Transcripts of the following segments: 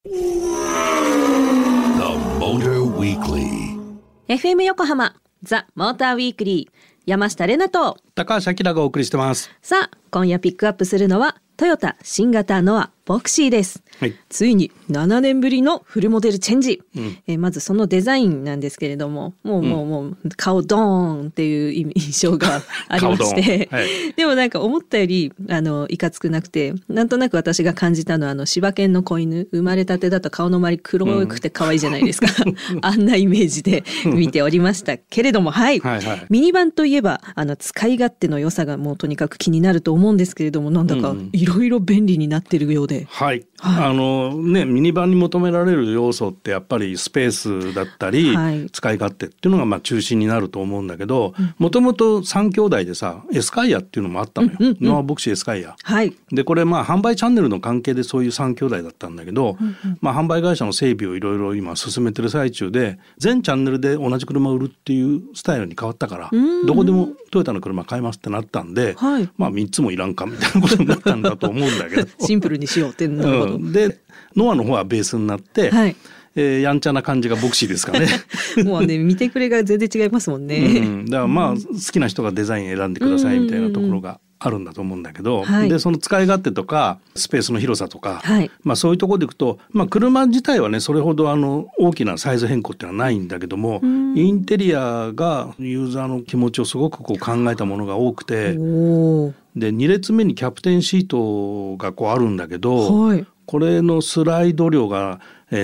FM 横浜ザ・モーターウィークリー、山下れなと高橋明がお送りしてます。 さあ今夜ピックアップするのはトヨタ新型ノアボクシーです、 はい、 ついに7年ぶりのフルモデルチェンジ、まずそのデザインなんですけれども、もう顔ドーンっていう印象がありまして、はい、でもなんか思ったよりいかつくなくて、なんとなく私が感じたのは柴犬の子犬、生まれたてだと顔の周り黒くて可愛いじゃないですか、あんなイメージで見ておりましたけれども、はい、はいはい、ミニバンといえば使い勝手の良さがもうとにかく気になると思うんですけれども、なんだかいろいろ便利になってるようで、 はい、はい、ミニバンに求められる要素ってやっぱりスペースだったり、はい、使い勝手っていうのがまあ中心になると思うんだけど、もともと3兄弟でさエスカイアっていうのもあったのよ、ノアボクシーエスカイア、はい、でこれまあ販売チャンネルの関係でそういう3兄弟だったんだけど、まあ、販売会社の整備をいろいろ今進めてる最中で、全チャンネルで同じ車を売るっていうスタイルに変わったから、どこでもトヨタの車買えますってなったんで、はい、まあ3つもいらんかみたいなことになったんだと思うんだけどシンプルにしようってなるほど、 でノアの方はベースになって、はい、やんちゃな感じがボクシーですかねもうね見てくれが全然違いますもんね、 だからまあ好きな人がデザイン選んでくださいみたいなところがあるんだと思うんだけど、はい、でその使い勝手とかスペースの広さとか、はい、まあ、そういうところでいくと、まあ、車自体はねそれほど大きなサイズ変更ってのはないんだけども、インテリアがユーザーの気持ちをすごくこう考えたものが多くて、で2列目にキャプテンシートがこうあるんだけど、はい、これのスライド量が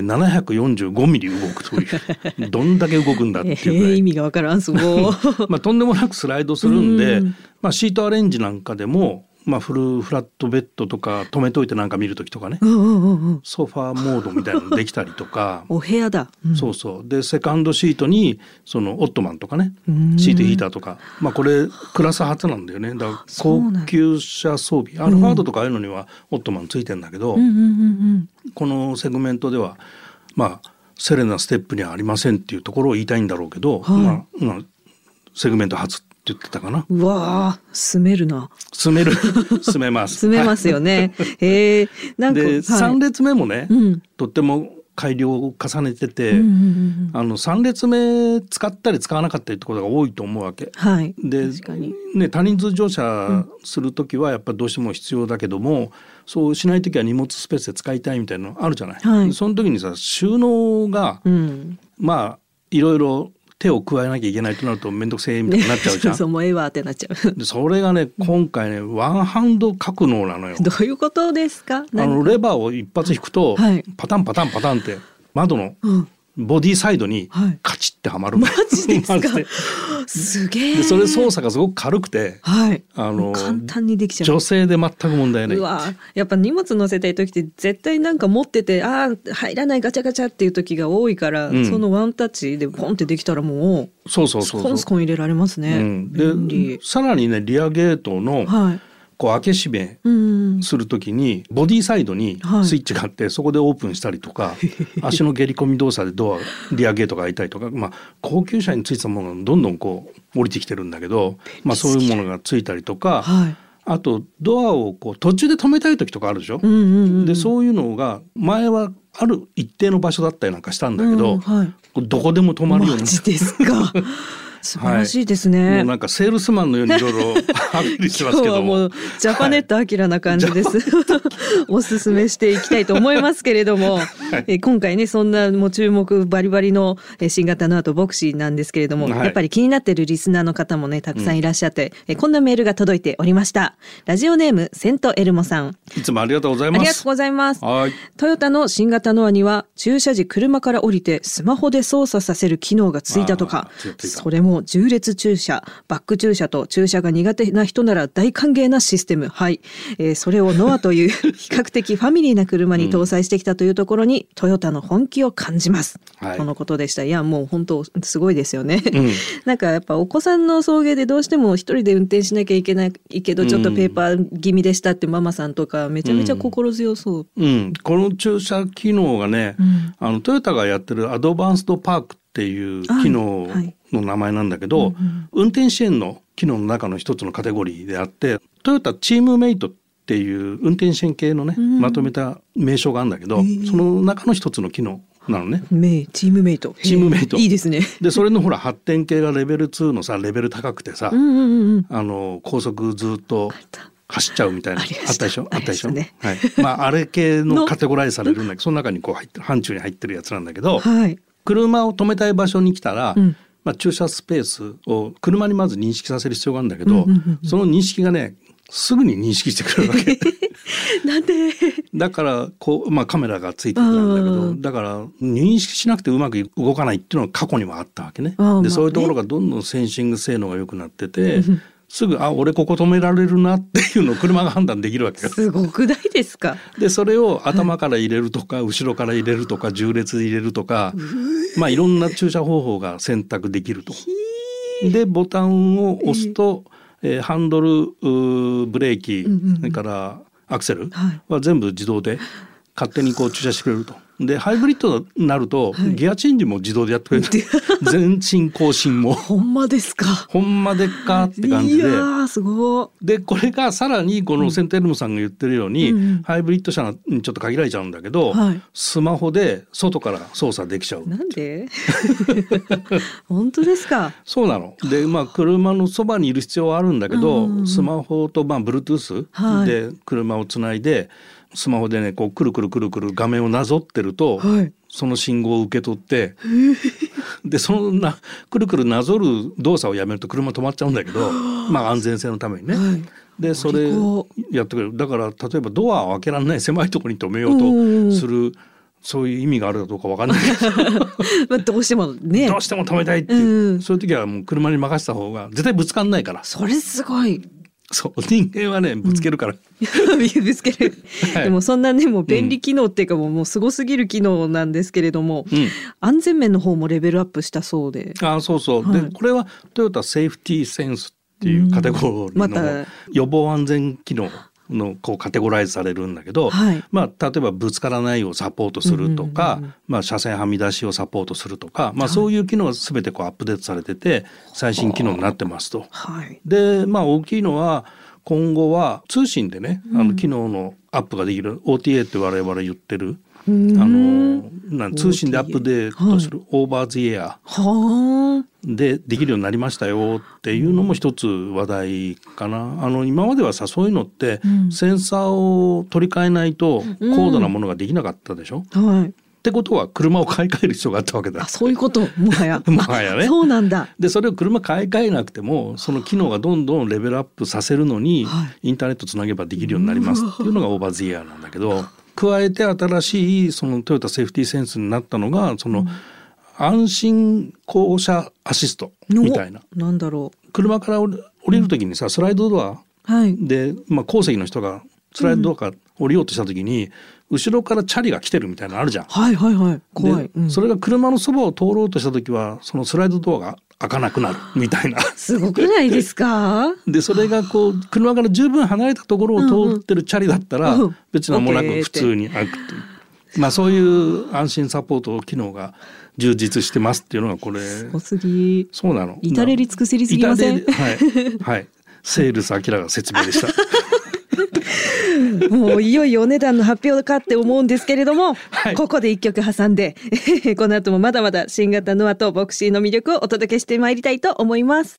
745ミリ動くというどんだけ動くんだっていうぐらい、 意味がわからんすごいまあとんでもなくスライドするんで、まあ、シートアレンジなんかでも、まあ、フラットベッドとか止めといてなんか見るときとかね、ソファーモードみたいなのできたりとかお部屋だ、 そうそうでセカンドシートにそのオットマンとかね、シートヒーターとか、まあ、これクラス初なんだよね。だから高級車装備、アルファードとかああいうのにはオットマンついてんだけど、このセグメントではまあセレナステップにはありませんっていうところを言いたいんだろうけど、はい、まあ、セグメント初って言ってたかな。 うわー、住めるな。 住めます住めますよねなんかで、はい、3列目もね、とっても改良を重ねてて、3列目使ったり使わなかったりってことが多いと思うわけ、はい、で、ね、多人数乗車するときはやっぱりどうしても必要だけども、そうしないときは荷物スペースで使いたいみたいなのあるじゃない、はい、その時にさ収納が、まあいろいろ手を加えなきゃいけないとなると面倒くせえみたいになっちゃうじゃん、 そうもうええわってなっちゃうでそれがね今回ねワンハンド格納なのよ。 どういうことですか？ レバーを一発引くと、はい、パタンパタンパタンって窓のボディサイドにカチッてはまる、 マジですか？すげえ。 でそれ操作がすごく軽くて、 はい、簡単にできちゃう。 女性で全く問題ない。 うわ、やっぱ荷物乗せたい時って絶対なんか持ってて入らないガチャガチャっていう時が多いから、そのワンタッチでポンってできたらもうスコンスコン入れられますね、 でさらにねリアゲートの、はい、こう開け閉めするときにボディサイドにスイッチがあって、そこでオープンしたりとか、足の蹴り込み動作でリアゲートが開いたりとか、まあ、高級車についてたものがどんどんこう降りてきてるんだけど、まあ、そういうものがついたりとか、はい、あとドアをこう途中で止めたい時とかあるでしょ、でそういうのが前はある一定の場所だったりなんかしたんだけど、はい、どこでも止まるようになって。 マジですか素晴らしいですね、 はい、もうなんかセールスマンのようにいろいろアピールしてますけども今日はもうジャパネットアキラな感じです、おすすめしていきたいと思いますけれども、はい、今回ねそんなもう注目バリバリの新型ノアとボクシーなんですけれども、はい、やっぱり気になっているリスナーの方もねたくさんいらっしゃって、こんなメールが届いておりました。ラジオネームセントエルモさん、 いつもありがとうございます。 ありがとうございます。 はい、 トヨタの新型ノアには駐車時車から降りてスマホで操作させる機能がついたとか、それも縦列駐車、バック駐車と駐車が苦手な人なら大歓迎なシステム、はい、それをノアという比較的ファミリーな車に搭載してきたというところに、トヨタの本気を感じます、はい、このことでした。いやもう本当すごいですよね、なんかやっぱお子さんの送迎でどうしても一人で運転しなきゃいけないけどちょっとペーパー気味でしたってママさんとかめちゃめちゃ心強そう、 この駐車機能がね、トヨタがやってるアドバンスドパークっていう機能の名前なんだけど、運転支援の機能の中の一つのカテゴリーであって、トヨタチームメイトっっていう運転支援系のね、まとめた名称があるんだけど、その中の一つの機能なのね。 チームメイト。 チームメイト。 いいですね。 でそれのほら発展系がレベル2のさレベル高くてさ、高速ずっと走っちゃうみたいなあったでしょ。あったでしょ。ね、はい。あれ系のカテゴライズされるんだけど、その中にこう入ってる範疇に入ってるやつなんだけど、はい、車を止めたい場所に来たら、駐車スペースを車にまず認識させる必要があるんだけど、その認識がねすぐに認識してくれるわけ。 なんでだからこう、カメラがついてくるんだけど、だから認識しなくてうまく動かないっていうのが過去にもあったわけね。でそういうところがどんどんセンシング性能が良くなってて、すぐ俺ここ止められるなっていうのを車が判断できるわけよ。 すごくないですか。 でそれを頭から入れるとか、後ろから入れるとか縦列で入れるとか、いろんな駐車方法が選択できると。でボタンを押すと、ハンドルブレーキ、それからアクセルは全部自動で勝手にこう駐車してくれると。でハイブリッドになると、ギアチェンジも自動でやってくれる。前進後進も。 ほんまですか。 ほんまでっかって感じで。 いやーすごい。 でこれがさらにこのセンテルムさんが言ってるように、ハイブリッド車にちょっと限られちゃうんだけど、スマホで外から操作できちゃう。 なんで本当ですか。 そうなの。で車のそばにいる必要はあるんだけど、スマホとBluetooth で車をつないで、スマホでねこうくるくるくるくる画面をなぞってると、その信号を受け取ってでそのくるくるなぞる動作をやめると車止まっちゃうんだけど、安全性のためにね、でそれやってくれる。だから例えばドアを開けられない狭いところに止めようとする、そういう意味があるかどうか分かんないけどどうしてもねどうしても止めたいっていう、そういう時はもう車に任せた方が絶対ぶつかんないから。 それすごい。 そう人間はねぶつけるから、 ぶつける、でもそんなねもう便利機能っていうか、もうすごすぎる機能なんですけれども、安全面の方もレベルアップしたそうで。 そうそう、でこれはトヨタセーフティーセンスっていうカテゴリーの予防安全機能のこうカテゴライズされるんだけど、例えばぶつからないをサポートするとか、車線はみ出しをサポートするとか、そういう機能が全てこうアップデートされてて最新機能になってますと。で大きいのは今後は通信でね機能のアップができる OTA って我々言ってる通信でアップデートするオーバーズエアでできるようになりましたよっていうのも一つ話題かな。今まではさそういうのってセンサーを取り替えないと高度なものができなかったでしょ。ってことは車を買い替える必要があったわけだ。 そういうこともはやもはやね。 そうなんだ。 でそれを車買い替えなくてもその機能がどんどんレベルアップさせるのに、インターネットつなげばできるようになりますっていうのがオーバーズエアなんだけど、加えて新しいそのトヨタセーフティーセンスになったのがその安心降車アシストみたいな。 なんだろう。 車から降りる時にさスライドドアで、後席の人がスライドドアから降りようとした時に、後ろからチャリが来てるみたいなのあるじゃん。怖い。それが車のそばを通ろうとした時はそのスライドドアが開かなくなるみたいな。 すごくないですか。 でそれがこう車から十分離れたところを通ってるチャリだったら、別に間もなく普通に開くという、そういう安心サポート機能が充実してますっていうのがこれ。すごすぎ。 そうなの。 至れり尽くせりすぎません。 セールス明らか説明でしたもういよいよお値段の発表かって思うんですけれども、ここで一曲挟んでこの後もまだまだ新型ノアとボクシーの魅力をお届けしてまいりたいと思います。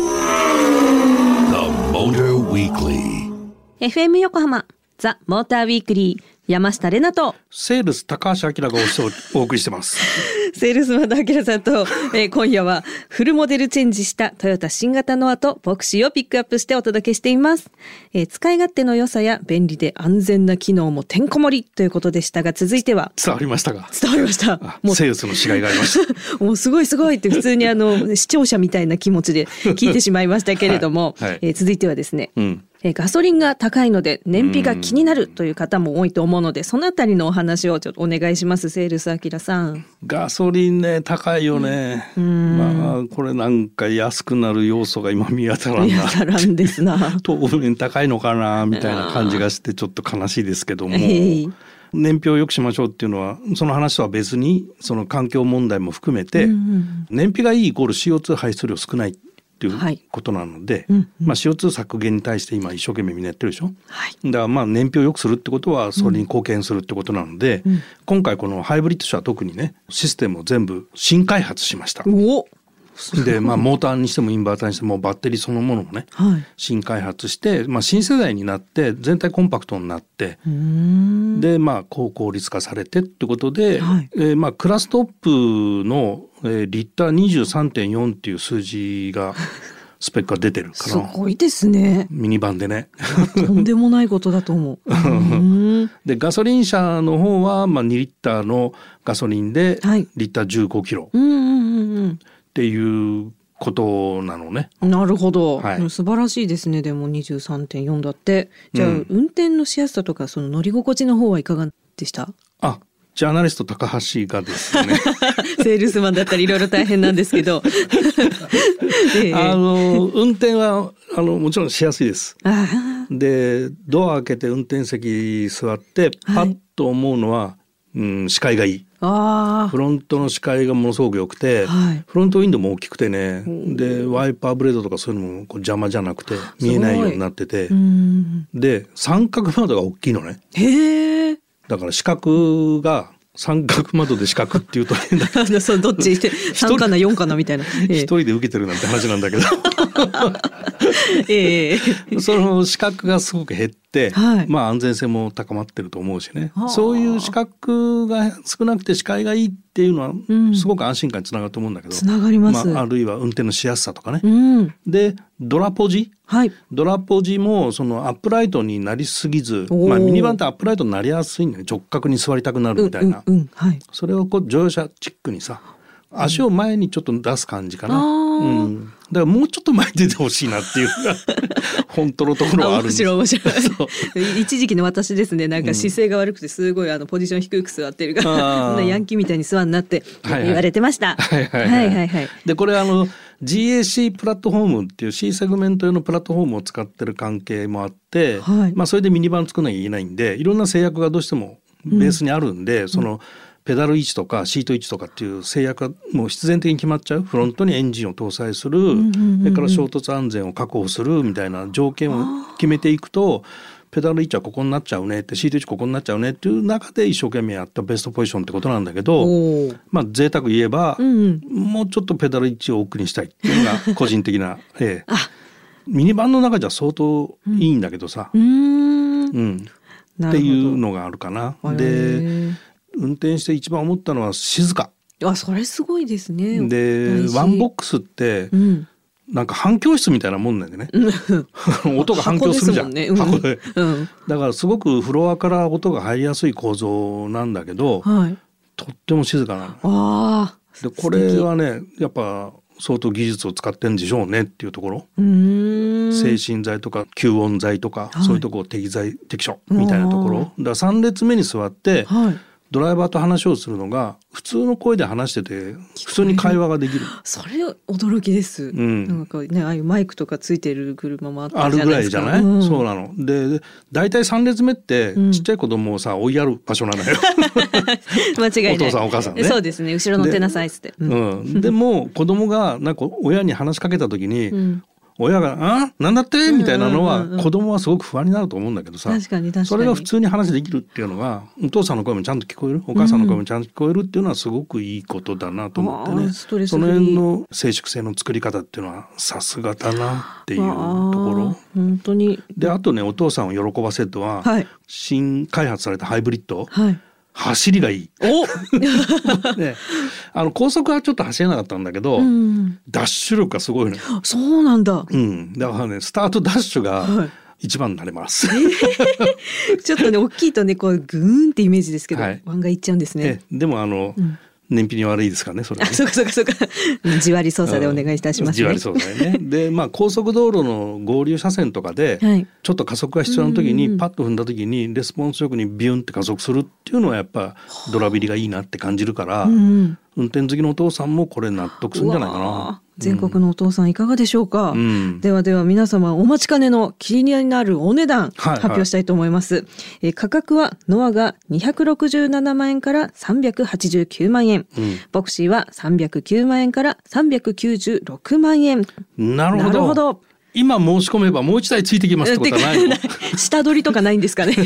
FM 横浜ザ・モーターウィークリー山下れなとセールス高橋明がお送りしてますセールスマンの明さんと、今夜はフルモデルチェンジしたトヨタ新型ノアとボクシーをピックアップしてお届けしています。使い勝手の良さや便利で安全な機能もてんこ盛りということでしたが、続いては伝わりましたか。 伝わりました。 もうセールスの違いがありましたもうすごいすごいって普通に視聴者みたいな気持ちで聞いてしまいましたけれども、続いてはですね、ガソリンが高いので燃費が気になるという方も多いと思うので、そのあたりのお話をちょっとお願いします。セールス明さん。 ガソリンね高いよね。これなんか安くなる要素が今見当たらんな。 見当たらんですな。 当面高いのかなみたいな感じがしてちょっと悲しいですけども、燃費を良くしましょうっていうのはその話とは別にその環境問題も含めて、燃費がいいイコール CO2 排出量少ない。 っていうことなので、 うんうん、 CO2 削減に対して今一生懸命みんなやってるでしょ、 はい、 だから燃費を良くするってことはそれに貢献するってことなので、今回このハイブリッド車は特にねシステムを全部新開発しました。 おでモーターにしてもインバーターにしてもバッテリーそのものもね、はい、新開発して、新世代になって全体コンパクトになってで高効率化されてってことで、はい、クラストップの、リッター 23.4 っていう数字がスペックが出てるからすごいですね。 ミニバンでねとんでもないことだと思うでガソリン車の方は、2リッターのガソリンで、はい、リッター15キロ、っていうことなのね。 なるほど、はい、素晴らしいですね。でも 23.4 だって。じゃあ、運転のしやすさとかその乗り心地の方はいかがでした？ ジャーナリスト高橋がですねセールスマンだったりいろいろ大変なんですけど運転はもちろんしやすいです。でドア開けて運転席座ってパッと思うのは、視界がいい。フロントの視界がものすごく良くて、はい、フロントウィンドウも大きくてね、でワイパーブレードとかそういうのも邪魔じゃなくて見えないようになってて、で三角窓が大きいのね。へー。だから視覚が三角窓で視覚っていうと変だそうどっち3かな4かなみたいな一人で受けてるなんて話なんだけどその視覚がすごく減って、はい、安全性も高まってると思うしね、そういう視覚が少なくて視界がいいっていうのはすごく安心感につながると思うんだけど、 つながります。 あるいは運転のしやすさとかね、でドラポジ、はい、ドラポジもそのアップライトになりすぎず、ミニバンってアップライトになりやすいんだよね。直角に座りたくなるみたいな、はい、それを乗用車チックにさ足を前にちょっと出す感じかな、だからもうちょっと前に出てほしいなっていう本当のところはあるんです。 面白い一時期の私ですね、なんか姿勢が悪くてすごいポジション低く座ってるからヤンキーみたいに座んなって言われてました。 でこれGAC プラットフォームっていう C セグメント用のプラットフォームを使ってる関係もあって、はい、それでミニバン作らなきゃいけないんでいろんな制約がどうしてもベースにあるんで、そのペダル位置とかシート位置とかっていう制約がもう必然的に決まっちゃう。フロントにエンジンを搭載する、それから衝突安全を確保するみたいな条件を決めていくとペダル位置はここになっちゃうねって、シート位置ここになっちゃうねっていう中で一生懸命やったベストポジションってことなんだけど、贅沢言えば、もうちょっとペダル位置を奥にしたいっていうのが個人的な、ミニバンの中じゃ相当いいんだけどさ、っていうのがあるかな。で運転して一番思ったのは静か。 それすごいですね。 でワンボックスって、なんか反響室みたいなもんなんでね音が反響するじゃん、箱で、だからすごくフロアから音が入りやすい構造なんだけど、とっても静かなの。でこれはねやっぱ相当技術を使ってんでしょうねっていうところ、制振剤とか吸音材とか、そういうところ適材適所みたいなところだから3列目に座って、ドライバーと話をするのが普通の声で話してて普通に会話ができる。 それ驚きです、なんかね、ああいうマイクとかついてる車もあったじゃないですか。 あるぐらいじゃない、そうなの。で大体3列目ってちっちゃい子供をさ追いやる場所なのよ間違いない。 お父さんお母さんね。 そうですね、後ろの手なさいっつって。 でも子供がなんか親に話しかけた時に、親がなんだってみたいなのは子供はすごく不安になると思うんだけどさ、 確かにそれが普通に話できるっていうのがお父さんの声もちゃんと聞こえる、お母さんの声もちゃんと聞こえるっていうのはすごくいいことだなと思ってね、その辺の静粛性の作り方っていうのはさすがだなっていうところ。 本当に。 であとねお父さんを喜ばせるのは、新開発されたハイブリッド、走りがいいね、高速はちょっと走れなかったんだけど、ダッシュ力がすごいね。 そうなんだ。 だからねスタートダッシュが一番になれます、 ちょっとね大きいとねこうグーンってイメージですけど、案外いっちゃうんですね。 でも燃費に悪いですからねそれはね。 そうかじわり操作でお願いいたしますね。 じわり操作でね。で高速道路の合流車線とかで、ちょっと加速が必要な時にパッと踏んだ時にレスポンスよくにビュンって加速するっていうのはやっぱドラビリがいいなって感じるから、 運転好きのお父さんもこれ納得するんじゃないかな。 全国のお父さんいかがでしょうか。では皆様お待ちかねの気になるお値段発表したいと思います。価格はノアが267万円から389万円、ボクシーは309万円から396万円。 なるほど。今申し込めばもう一台ついてきますってことはないの？ 下取りとかないんですかね。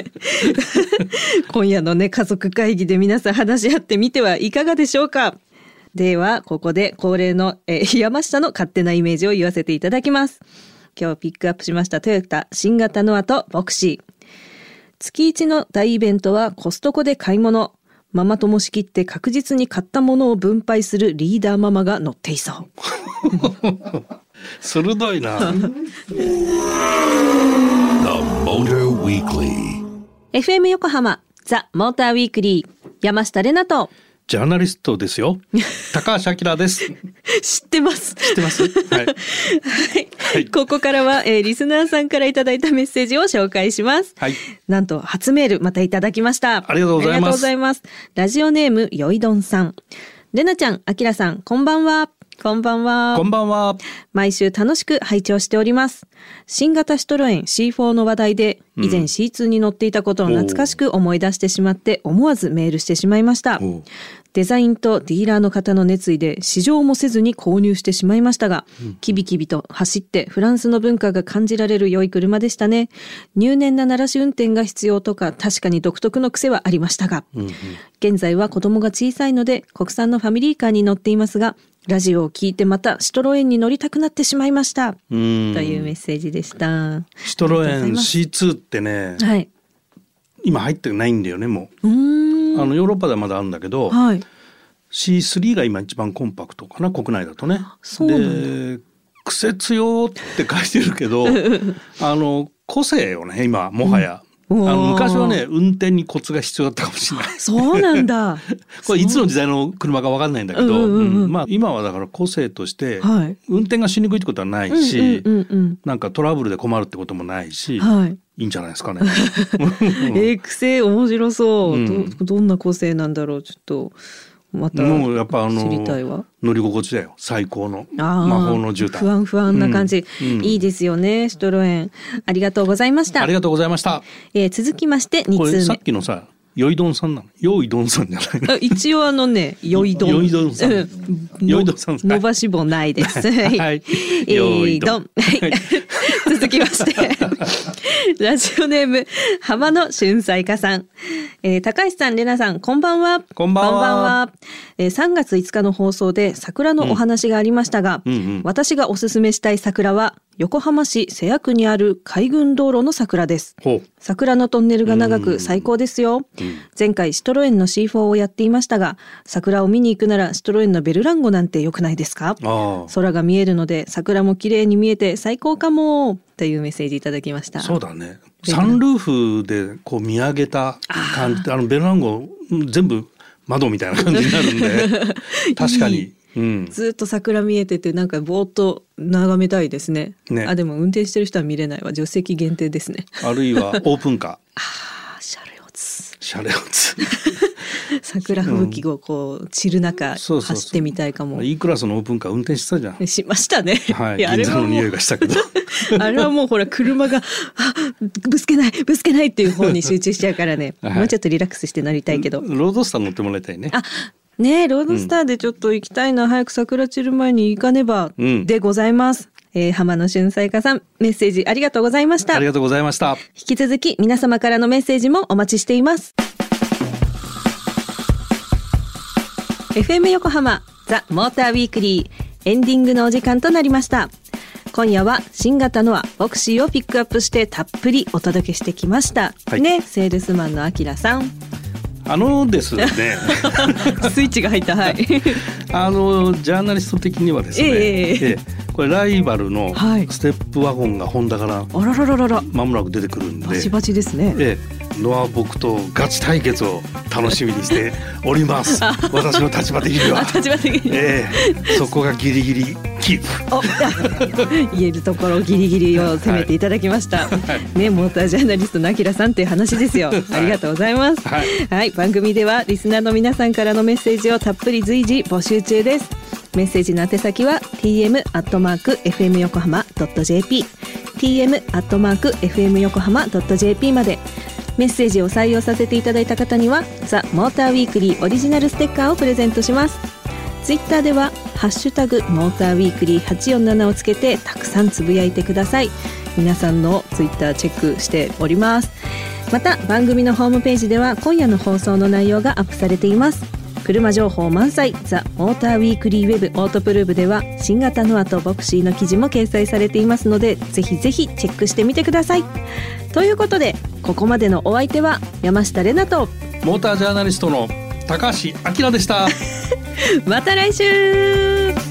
今夜のね、家族会議で皆さん話し合ってみてはいかがでしょうか。ではここで恒例の、山下の勝手なイメージを言わせていただきます。今日ピックアップしましたトヨタ新型ノアとボクシー。月1の大イベントはコストコで買い物。ママ友仕切って確実に買ったものを分配するリーダーママが乗っていそう。 鋭いな。 FM 横浜ザ・モーターウィークリー、山下れなとジャーナリストですよ、高橋明です。 知ってます。 はい、 はい、ここからは、リスナーさんからいただいたメッセージを紹介します。 はい、 なんと初メールまたいただきました。 ありがとうございます。 ラジオネームよいどんさん。れなちゃん、あきらさん、こんばんは。こんばんは。毎週楽しく拝聴しております。新型シトロエン C4 の話題で以前 C2 に乗っていたことを懐かしく思い出してしまって思わずメールしてしまいました。デザインとディーラーの方の熱意で試乗もせずに購入してしまいましたが、キビキビと走ってフランスの文化が感じられる良い車でしたね。入念な慣らし運転が必要とか確かに独特の癖はありましたが、現在は子供が小さいので国産のファミリーカーに乗っていますが、ラジオを聞いてまたシトロエンに乗りたくなってしまいましたというメッセージでした。 シトロエン C2 ってね、はい、今入ってないんだよね。もうヨーロッパではまだあるんだけど、はい、C3 が今一番コンパクトかな、国内だとね。で癖強って書いてるけど個性よね今もはや。昔はね運転にコツが必要だったかもしれない。 そうなんだ。 これいつの時代の車か分かんないんだけど、まあ今はだから個性として、運転がしにくいってことはないし、なんかトラブルで困るってこともないし、いいんじゃないですかね。 癖面白そう、どんな個性なんだろう。ちょっとまたもうやっぱ知りたいわ。 乗り心地だよ、最高の魔法の絨毯。 不安な感じ、いいですよねシトロエン。ありがとうございました。 ありがとうございました。 続きまして2通目。 これさっきのさよいどんさんなの？よいどんさんじゃないの？ 一応よいどん。よいどんさん。よいどんさん。伸ばし棒ないです。はい。よいどん。続きましてラジオネーム浜野春菜花さん。高橋さん、れなさん、こんばんは。 こんばんは。 3月5日の放送で桜のお話がありましたが、私がおすすめしたい桜は横浜市瀬谷区にある海軍道路の桜です。桜のトンネルが長く最高ですよ。前回シトロエンの C4 をやっていましたが、桜を見に行くならシトロエンのベルランゴなんて良くないですか？空が見えるので桜も綺麗に見えて最高かもというメッセージいただきました。 そうだね、サンルーフでこう見上げた感じで、ベルランゴ全部窓みたいな感じになるんで確かにずっと桜見えててなんかぼーっと眺めたいですね。でも運転してる人は見れないわ。助手席限定ですね。 あるいはオープンカー。 シャレオツ。桜吹雪をこう散る中走ってみたいかも。 いいクラスのオープンカー運転してたじゃん。 しましたね。 銀座の匂いがしたけどあれはもうほら車がぶつけないっていう方に集中しちゃうからね、もうちょっとリラックスして乗りたいけど。 ロードスター乗ってもらいたいね。 ね、ロードスターでちょっと行きたいな、早く桜散る前に行かねばでございます。浜野春菜花さん、メッセージありがとうございました。 ありがとうございました。 引き続き皆様からのメッセージもお待ちしています。FM 横浜ザ・モーターウィークリー、エンディングのお時間となりました。今夜は新型ノアボクシーをピックアップしてたっぷりお届けしてきました、ね、セールスマンのあきらさん。 ですねスイッチが入った。はいジャーナリスト的にはですね、これライバルのステップワゴンがホンダから間もなく出てくるんで、 バチバチですね。 ノア僕とガチ対決を楽しみにしております私の立場的にはそこがギリギリキープ言えるところギリギリを攻めていただきました、はいね、モータージャーナリストのあきらさんっていう話ですよ。ありがとうございます、はいはい、番組ではリスナーの皆さんからのメッセージをたっぷり随時募集中です。メッセージの宛先は tm@fmyokohama.jp tm@fmyokohama.jp まで。メッセージを採用させていただいた方にはザ・モーターウィークリーオリジナルステッカーをプレゼントします。ツイッターではハッシュタグモーターウィークリー847をつけてたくさんつぶやいてください。皆さんのツイッターチェックしております。また番組のホームページでは今夜の放送の内容がアップされています。車情報満載ザ・モーターウィークリーウェブオートプルーブでは新型ノアとボクシーの記事も掲載されていますので、ぜひぜひチェックしてみてください。ということでここまでのお相手は山下れなとモータージャーナリストの高橋明でした。 また来週。